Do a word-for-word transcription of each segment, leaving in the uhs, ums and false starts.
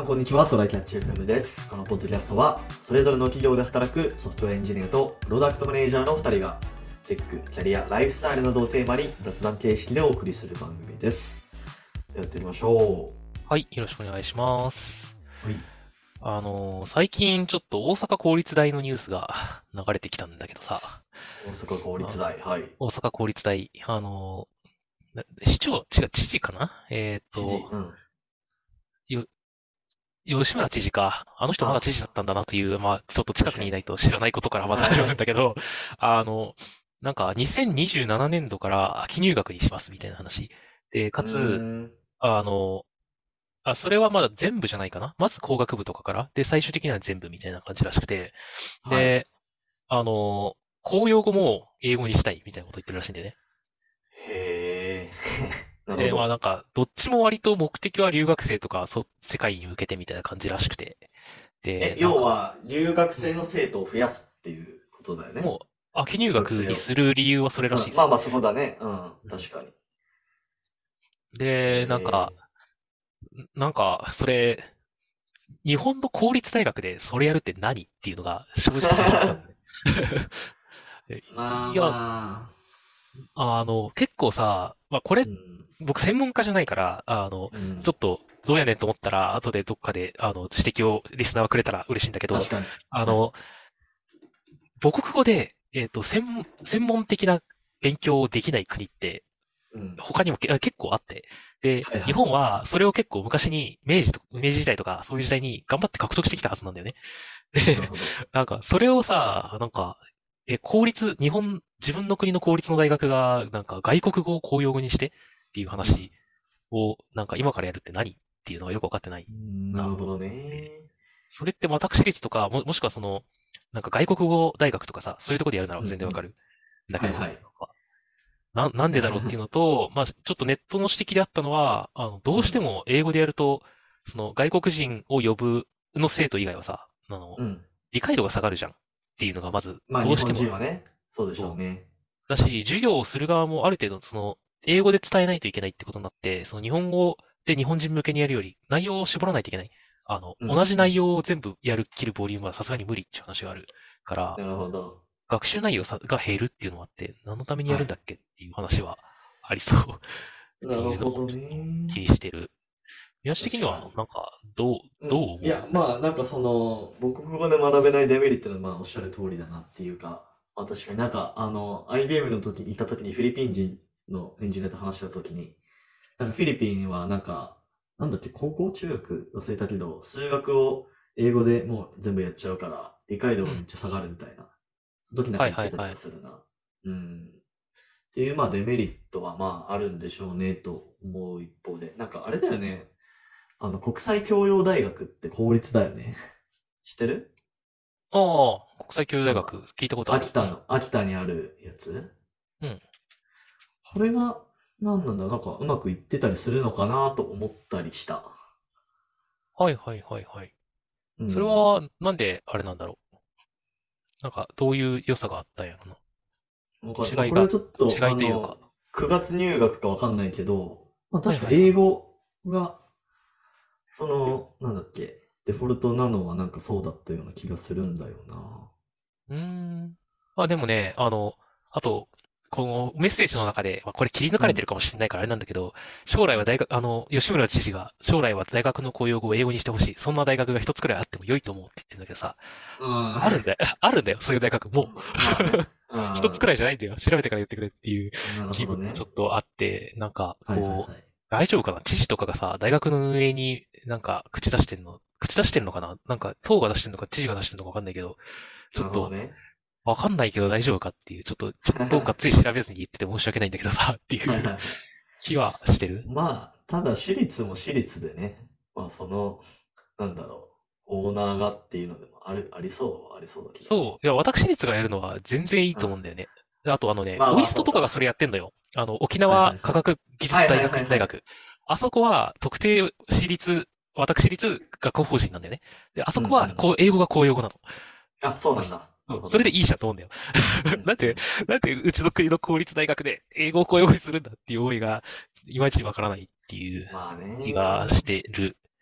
こんにちは。トライキャッチ エフエム です。このポッドキャストは、それぞれの企業で働くソフトウェアエンジニアとプロダクトマネージャーのふたりが、テック、キャリア、ライフスタイルなどをテーマに雑談形式でお送りする番組です。やってみましょはい、よろしくお願いします。 う。はい。 あのー最近ちょっと大阪公立大のニュースが流れてきたんだけどさ、 大阪公立あ大。はい。 大阪公立大、あのーな市長、違う、知事かなえっ知事。 と、 うん。 よ、吉村知事か。あの人まだ知あ、 事だったんだなという、まあ、ちょっと近確かに。 くにいないと知らないことからまず始まるんはい。 だけど、あの、なんかにせんにじゅうななねん度から秋入学にしますみたいな話。で、 うーかつ、 ん。 あの、あ、それはまだ全部じゃないかな。まず工学部とかから、で、最終的には全部みたいな感じらしくて、 はい。 で、あの、公用語も英語にしたいみたいなこと言ってるらしいんでね。 へえ。なるほで、まあど。 なんか、どっちも割と目的は留学生とか、そ、世界に向けてみたいな感じらしくて。 え、 で、なんか、 要は、留学うん、 生の生徒を増やすっていうことだよね。 もう、秋入学学生を。 にする理由はそれらうん。 しいです。 まあまあ、そこだね。うん。 うん、 確かに。 で、なんか、 へなんか、それ、日本の公立大学でそれやるって何っていうのが正直最初来たんえ。 だね。えまあいや、 まあ。 あの、結構さ、まあこれ、 うん。 僕専門家じゃないから、あの、 うん。 ちょっと、どうやねんと思ったら、後でどっかで、あの、指摘をリスナーはくれたら嬉しいんだけど、 確かに。はい。 あの、母国語で、えっと、専門、専門的な勉強をできない国って、 うん。 他にもけ結構あって、で、日はいはい。 本はそれを結構昔に、明治と、明治時代とか、そういう時代に頑張って獲得してきたはずなんだよね。で、 なるほど。 なんか、それをさ、なんか、え、公立、日本、自分の国の公立の大学が、なんか外国語を公用語にしてっていううん。 話を、なんか今からやるって何っていうのがよくわかってないうんななるほどと思ってて。 ね。 それって私立とか、も、もしくはその、なんか外国語大学とかさ、そういうところでやるならうんうん。 全然わかる。んだけど、 はいはい。 なんかな、なんでだろうっていうのと、まあ、ちょっとネットの指摘であったのは、あの、どうしてうん。 も英語でやると、その外国人を呼ぶの生徒以外はさ、あの、 うん。 理解度が下がるじゃんっていうのがまず、 まあ日本どうしても人はね、そうでしょうそう。 ね。 だし、授業をする側もある程度、その、英語で伝えないといけないってことになって、その日本語で日本人向けにやるより、内容を絞らないといけない。あの、 うん同じうん。 内容を全部やる、切るボリュームはさすがに無理っていう話があるから、 なるほど。 学習内容さが減るっていうのもあって、何のためにやはい。 るんだっけっていう話はありそうってなるいうのをちょほどっと気ね。 にしてる。宮地的には、 確かに。 なんか、どう、 うん。 どう思う？ いや、まあなんかその、母国語で学べないデメリットはまあおっしゃる通りだなっていうか、まあ確かになんかあの、アイビーエム の時にいた時にフィリピン人のエンジニアと話した時に、なんかフィリピンはなんか、なんだっけ、高校中学忘れたけど、数学を英語でもう全部やっちゃうから、理解度うん。 がめっちゃ下がるみたいな。その時なんかはい言ってた気はいはい。 がするな。うん。っていう、まあデメリットはまああるんでしょうねと思う一方で。なんかあれだよね。あの、国際教養大学って公立だよね。知ってる？ ああ、国際教養大あの、 学、聞いたことある。うん。 秋田の、秋田にあるやつ。 うん。 これが、なんなんだ、なんかうまくいってたりするのかなと思ったりした。 はいはいはいはい。 うん。 それは、なんで、あれなんだろう。なんか、どういう良さがあったんやろわかる。まあ、 な。違いが、 これはちょっと、 違いというか。 あの、くがつ入学かわかんないけど、まあ、確か英はいはいはい。 語が、その、なんだっけ、デフォルトなのはなんかそうだったような気がするんだよな。 うーん。まあでもね、あの、あと、このメッセージの中で、まあこれ切り抜かれてるうん。 かもしれないからあれなんだけど、将来は大学、あの、吉村知事が、将来は大学の公用語を英語にしてほしい。そんな大学が一つくらいあっても良いと思うって言ってるんだけどさ、 うん。 あるんだよ。あるんだよ。そういう大学もう。 まあね。 一つくらいうじゃないんだよ。調べてから言ってくれっていうん。なるほ気分がちょどね。 っとあって、なんか、こう、 はいはいはい。 大丈夫かな知事とかがさ、大学の運営になんか口出してんの、口出してんのかななんか、党が出してんのか知事が出してんのかわかんないけど、ちなょっと、 るほどね。 わかんないけど大丈夫かっていう、ちょっと、ちゃんとがっつり調べずに言ってて申し訳ないんだけどさ、っていうはいはいはい。 気はしてる。 まあ、ただ私立も私立でね、まあその、なんだろう、オーナーがっていうのでもある、ありそうはありそうだけどね。 そう。いや、私立がやるのは全然いいうん。 と思うんだよね。であとあのね、 まあまあ、 オイスそうか。 トとかがそれやってんだよ。あの、沖はいはいはい。 縄科学技術大はいはいはいはい。 学院大学。あそこは特定私立、私立学校法人なんだよね。で、あそこは、 うんうん。 こう、英語が公用語なの。 あ、そうだすなんだ。なそうるほどね。 それでいいじゃんと思うんだよ。 うんなんで、 うん。 なんでうちの国の公立大学で英語を公用語にするんだっていう思いが、いまいちわからないっていうまあ気がね。 してる。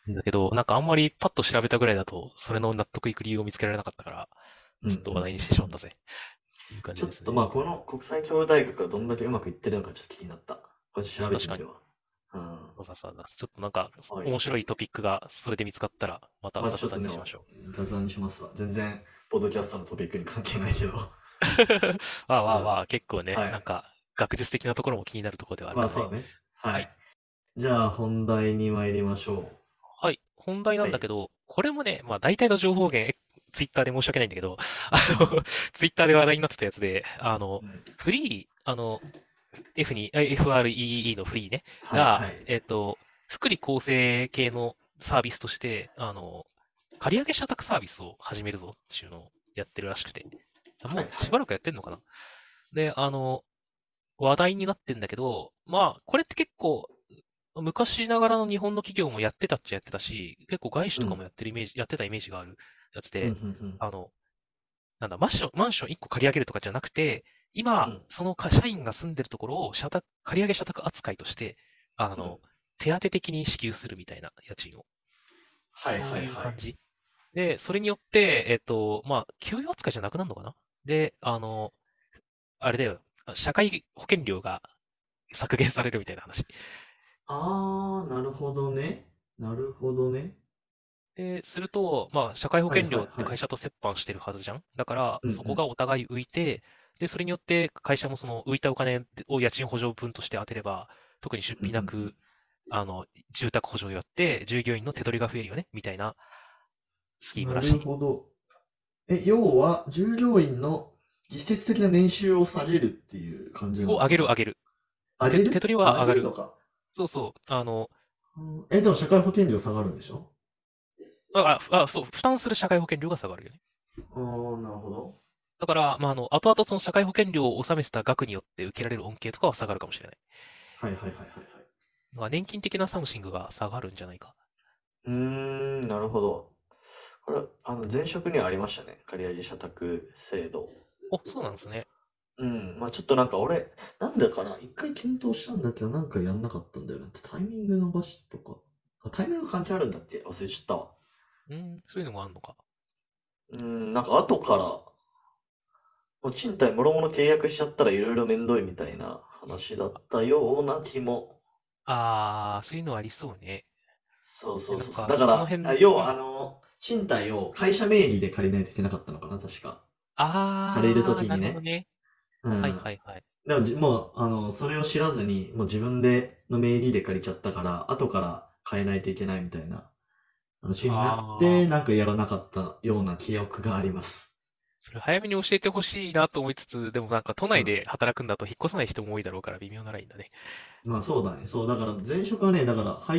だけど、なんかあんまりパッと調べたぐらいだと、それの納得いく理由を見つけられなかったから、 うんうんちょっと話題にしてうんうん。 しまったぜ。っていう感ちょっじですね。 とまあこの国際教養大学がどんだけうまくいってるのかちょっと気になった。これちょっと調べて確かに。 みるわ。うん。 そうそうそう。ちょっとなんか、 はい。 面白いトピックがそれで見つかったら、また雑まあちょっとね、 談にしましょ雑談にしますわ。全然、ポッドキャストのトピックに関係ないけど。 う。まあうん。 まあまあ、結構ね、 はい。 なんか、学術的なところも気になるところではあるからね。 まあそうね。ははい。 い。じゃあ本題に参りましょう。 はい。本題なはい。 んだけど、これもね、まあ大体の情報源、ツイッターで申し訳ないんだけど、あの、 うん。 ツイッターで話題になってたやつで、あの、 うん。 フリー、あの、F に、あ エフアールイーイー のフリーね、が、 はいはい。 えっと、福利厚生系のサービスとして、あの、借上社宅サービスを始めるぞっていうのをやってるらしくて、もはいはい。 うしばらくやってんのかな。で、あの、話題になってんだけど、まあ、これって結構、昔ながらの日本の企業もやってたっちゃやってたし、結構外資うん。 とかもやってるイメージ、やってたイメージがあるやつうん、うで、 ん、 あの、なんだ、マンション、マンションいっこ借り上げるとかじゃなくて、今、 うん。うん。 そのか社員が住んでるところを社宅、借り上げ社宅扱いとして、あうん。 の、手当的に支給するみたいな家賃を。 はいそうはいはい。 いう感じ。で、それによって、えっと、まあ、給与扱いじゃなくなるのかな。で、あの、あれだよ、社会保険料が削減されるみたいな話。 あー、なるほどね。なるほどね。 で、すると、まあ、社会保はい険はいはい。 料って会社と折半してるはずじゃん。だから、そこうんうん。 がお互い浮いて、で、それによって会社もその浮いたお金を家賃補助分として当てれば、特に出うんうんうん。 費なく、あの、住宅補助をやって、従業員の手取りが増えるよね、みたいなスキームなるらしい。 ほど。え、要は、従業員の実質的な年収を下げるっていう感じなを上のかな。 げる上げる。手、 上げる手取り上は上がる。 げるのか。 そうそう。あの、 うん。え、でも社会保険料下がるんでしょ？ あ、あ、あそう、負担する社会保険料が下がるよね。 あー、なるほど。 だから、まあ、あの、後々その社会保険料を納めてた額によって受けられる恩恵とかは下がるかもしれない。 はいはいはいはいはい。 だから年金的なサムシングが下がるんじゃないか。 うーん、なるほど。これ、あの、前職にはありましたね。借り上げ社宅制度。 お、そうなんですね。 うん、まあちょっとなんか俺、なんだかな、一回検討したんだけど、なんかやんなかったんだよな。タイミング伸ばしとか。あ、タイミング関係あるんだっけ？忘れちゃったわ。 うん、そういうのもあるのか。 うん、なんか後から、もう賃貸もろもろ契約しちゃったらいろいろめんどいみたいな話だったような気も。 ああ、そういうのありそうね。 そうそで、 うそうそう。 なんか、 だから、あその辺、 要はあうん。 の、賃貸を会社名義で借りないといけなかったのかな、確か。借りるとああ、なきにね。 るほどね。はいうん。 はいはい。 でもじ、もう、あの、それを知らずに、もう自分での名義で借りちゃったから、後から変えないといけないみたいな話になって、 ああ、 なんかやらなかったような記憶があります。 それ早めに教えてほしいなと思いつつ、でもなんか都うん。 内で働くんだと引っ越さない人も多いだろうから微妙なラインだね。 まあそうだね。そう、だから前職はね、だから入って、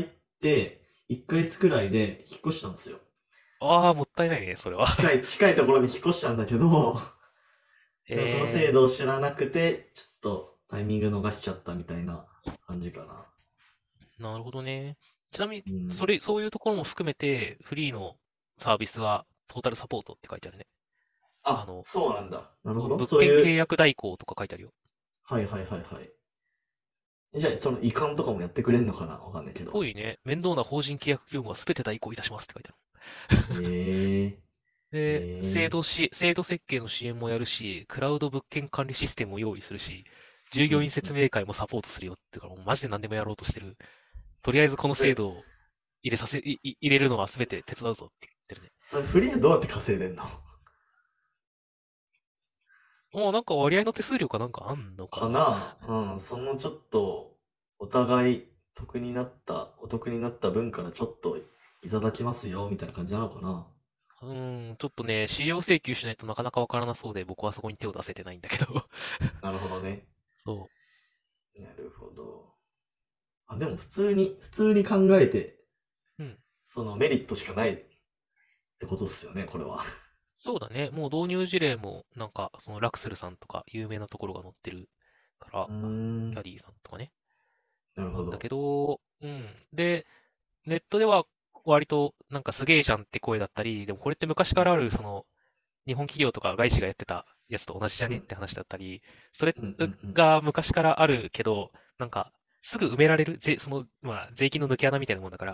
いっかげつくらいで引っ越したんですよ。 ああ、もったいないね、それは。 近い、近いところに引っ越したんだけど、でもその制え度を知らなくて、ちょっとタイミング逃しちゃったみたいな感じかな。 ー、なるほどね。ちなみに、 うん。 それ、そういうところも含めて、フリーのサービスはトータルサポートって書いてあるね。ああ、 の、 そうなんだ。なるそう、 ほど。 物件そういう、 契約代行とか書いてあるよ。 はいはいはいはい。じゃあ、その移管とかもやってくれんのかな？わかんないけど。 ぽいね。面倒な法人契約業務はすべて代行いたしますって書いてある。 へえ、 で、制へえ。 度し、制度設計の支援もやるし、クラウド物件管理システムを用意するし、従業員うんうん。 説明会もサポートするよってから、もうマジで何でもやろうとしてる。とりあえずこのそれ、 制度を入れさせ、いい入れるのはすべて手伝うぞって言ってるね。 それフリーはどうやって稼いでんの？ もうなんか割合の手数料かなんかあんのかかな。 な？うん、そのちょっと、お互い得になった、お得になった分からちょっといただきますよ、みたいな感じなのかな？ うーん、ちょっとね、使用請求しないとなかなかわからなそうで、僕はそこに手を出せてないんだけど。 なるほどね。 そなるほど。あ、でも普通に、普通に考えて、 う。うん。 そのメリットしかないってことっすよね、これは。 そうだね。もう導入事例も、なんか、そのラクスルさんとか有名なところが載ってるかうーら、キャん、 ディさんとかね。 なるほど。 なんだけど、うん。で、ネットでは割となんかすげえじゃんって声だったり、でもこれって昔からあるその日本企業とか外資がやってたやつと同じじゃうん、 ねって話だったり、それうん、うん、うん。 が昔からあるけど、なんかすぐ埋められる、ぜ、その、まあ税金の抜け穴みたいなもんだから、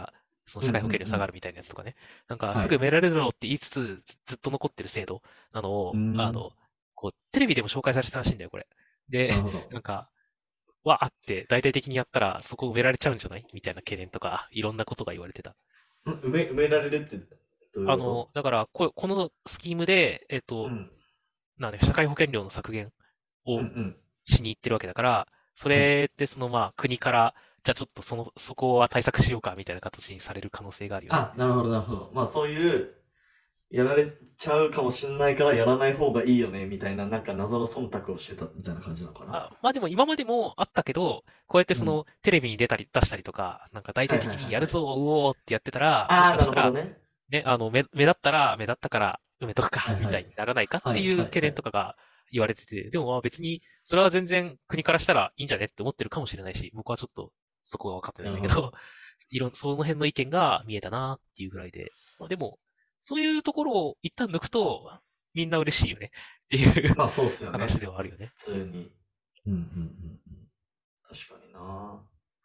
そのうん社会保険料うんうん。 下がるみたいなやつとかね。なんか、 はい。 すぐ埋められるのって言いつつ、ずずっと残ってる制度なのうーを、あん。 の、こう、テレビでも紹介されてたらしいんだよ、これ。で、 なるほど。 なんか、わーって大々的にやったら、そこ埋められちゃうんじゃないみたいな懸念とか、いろんなことが言われてた。 ん埋め、埋められるってどういうあの、 こと？ だから、ここのスキームで、えっと、 うん。 なんで、社会保険料の削減をうんうん。 しに行ってるわけだから、そはい。 れってそのまあ国から、じゃあちょっとその、そこは対策しようかみたいな形にされる可能性があるよね。 あ、なるほど、なるほど。まあそういう、やられちゃうかもしんないからやらない方がいいよね、みたいな、なんか謎の忖度をしてたみたいな感じなのかな。 あ、まあでも今までもあったけど、こうやってうん。 そのテレビに出たり出したりとか、なんか大はい 々 はいはいはい。 的にやるぞ、うおーってやってたら、もしああ、なかしたら、 るほどね。 ね、あの、目、目立ったら、目立ったから埋めとくか、みはいはい。 たいにならないかっはいていう懸はいはい。 念とかが言われてて、でもまあ別に、それは全然国からしたらいいんじゃねって思ってるかもしれないし、僕はちょっとそこが分かってないんだけど、 なるほど。 いろん、その辺の意見が見えたなっていうぐらいで、まあでも、そういうところを一旦抜くと、みんな嬉しいよねっていうまあそうっすよ話ね。 ではあるよね。 普通に。うんうんうんうん。確かにな。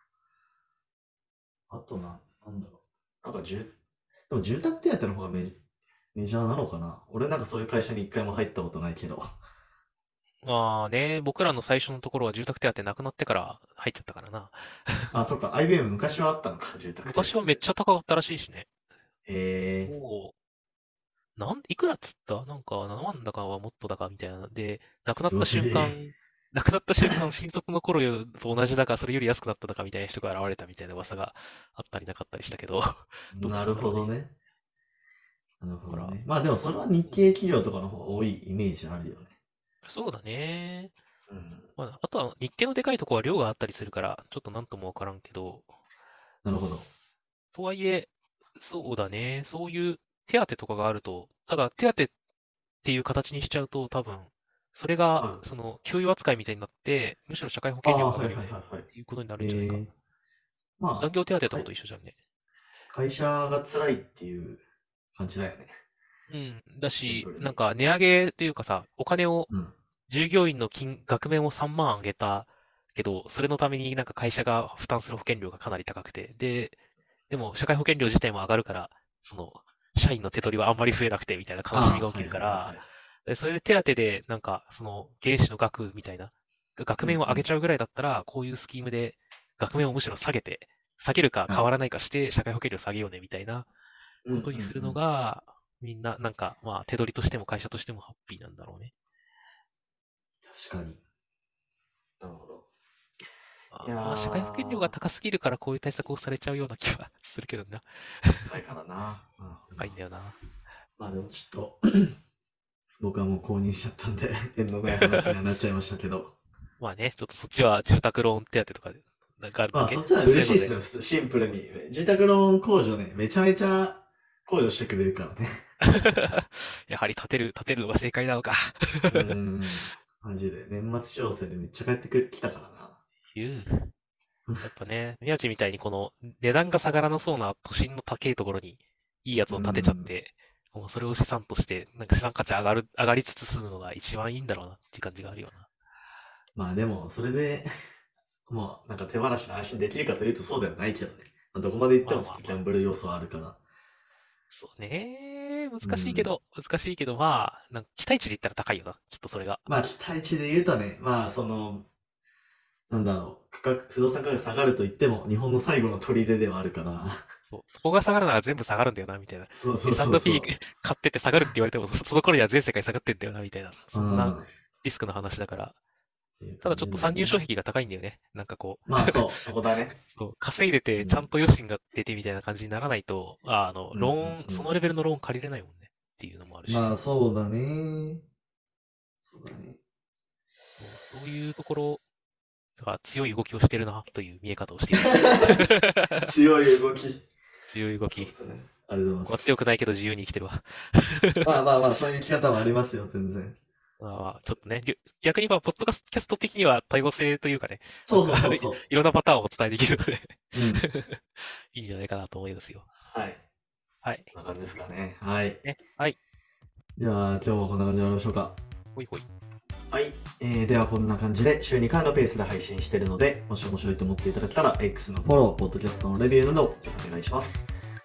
あとな、なんだろう。なんか住、でも住宅手当の方がメジ、メジャーなのかな。俺なんかそういう会社に一回も入ったことないけど。 まあね、僕らの最初のところは住宅手当なくなってから入っちゃったからな。 あ、そっか。アイビーエム 昔はあったのか、住宅手当昔はめっで。 ちゃ高かったらしいしね。 へえ。 もう、なん、いくらっつったなんかななまんだかはもっとだかみたいな。で、亡くなったすごすぎ。 瞬間、亡くなった瞬間、新卒の頃と同じだか、それより安くなっただかみたいな人が現れたみたいな噂があったりなかったりしたけど、どうだっなるたんだろうね。 ほどね。なるほだから、 どね。まあでもそれは日系企業とかの方が多いイメージあるよね。 そうだね。 うん。 まあ、あとは日系のでかいとこは量があったりするから、ちょっとなんともわからんけど、 なるほど。 とはいえ、そうだね。そういう手当とかがあると、ただ手当っていう形にしちゃうと、多分、それが、 はい。 その、給与扱いみたいになって、むしろ社会保険料ああ、はいが上がるよね。 はいはいはい。 っていうことになるんじゃないか。 ええ、ま残業手当あ、 とか会と一緒じゃんね。 会社が辛いっていう感じだよね。 うん。だし、 シンプルに。 なんか値上げというかさ、お金を、 うん。 従業員の金、額面をさんまん上げたけど、それのためになんか会社が負担する保険料がかなり高くて、で、でも社会保険料自体も上がるから、その、社員の手取りはあんまり増えなくてみたいな悲しみああ、 が起きはいるから、 はいはいはい。 でそれで手当で、なんか、その、原資の額みたいな、額面を上げうんうん。 ちゃうぐらいだったら、こういうスキームで、額面をむしろ下げて、下げるかはい。 変わらないかして、社会保険料下げようねみたいなうんうんうことにするのん。 が、みんな、なんか、まあ、手取りとしても会社としてもハッピーなんだろうね。 確かに。なるほど。いあまあ、社会保険料がやー、 高すぎるからこういう対策をされちゃうような気はするけどな。 高いからな。なるほど高いんな。 だよな。 まあでもちょっと僕はもう購入しちゃったんで縁のない話にはなっちゃいましたけど。 まあね、ちょっとそっちは住宅ローン手当とかで、なんかあるんだっけまあそっちはそういうので、 嬉しいっすよ。普通シンプルに。住宅ローン控除ね、めちゃめちゃ控除してくれるからね。 やはり立てる、立てるのが正解なのか。 うーん。マジで。年末調整でめっちゃ帰ってくる、来たからな。 言う。やっぱね、宮地みたいにこの値段が下がらなそうな都心の高いところにいいやつうを建てちゃっん。 て、もうそれを資産として、なんか資産価値上がる、上がりつつ済むのが一番いいんだろうなっていう感じがあるよな。 まあでも、それでもうなんか手放しの安心できるかというとそうではないけどね。まあどこまで行ってもちょっとギャまあまあまあ。 ンブル要素はあるから。 そうね。 うん。 難しいけど、難しいけど、まあ、なんか期待値で言ったら高いよな。きっとそれが。 まあ期待値で言うとね、まあその、なんだろう、価格、不動産価格下がると言っても、日本の最後の砦ではあるから。 そう、そこが下がるなら全部下がるんだよな、みたいな。 そうそうそうそエスアンドピーう。 買ってて下がるって言われても、その頃には全世界下がってんだよな、みたいな。 うそんなん。っリスクの話だから。 ていう感ただちょっと参入じだよね。 障壁が高いんだよね。なんかこう、 まあそう、そこだね。 そう、稼いでて、ちゃんうん。 と余震が出てみたいな感じにならないと、あ、あの、 うんうローン、 んうん。 そのレベルのローン借りれないもんね。っていうのもあるし。 まあそうだね。そうだね。 そう、そういうところが強い動きをしてるな、という見え方をしている。 強い動き。 強い動き。 そうっすね。ありがとうございま僕は強す。 くないけど自由に生きてるわ。 まあまあまあ、そういう生き方もありますよ、全然。 ああ、ちょっとね、りゅ逆にまあ、ポッドキャスト的には多様性というかね、なんかそうそうそうい、 そいろんなパターンをお伝えできるのでう。うん。 いいんじゃないかなと思いますよ。 はい。 はい。 こんな感じですかね。はい。 ね。はい。 じゃあ、今日はこんな感じで終わりましょうか。 ほいほい。 はい。えー、ではこんな感じで週にかいのペースで配信しているので、もし面白いと思っていただけたら X のフォロー、ポッドキャストのレビューなどぜひお願いします。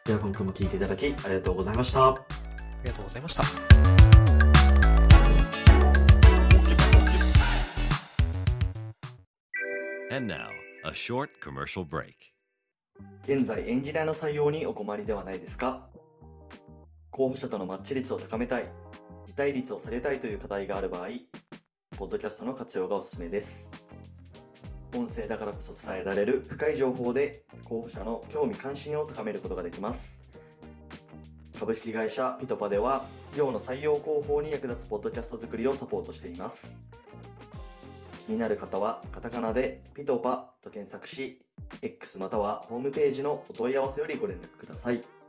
では今回も聞いていただきありがとうございました。 ありがとうございました。 And now, a short commercial break. 現在エンジニアの採用にお困りではないですか？候補者とのマッチ率を高めたい、辞退率を下げたいという課題がある場合、ポッドキャストの活用がおすすめです。音声だからこそ伝えられる深い情報で候補者の興味関心を高めることができます。株式会社ピトパでは企業の採用広報に役立つポッドキャスト作りをサポートしています。気になる方はカタカナでピトパと検索し、X またはホームページのお問い合わせよりご連絡ください。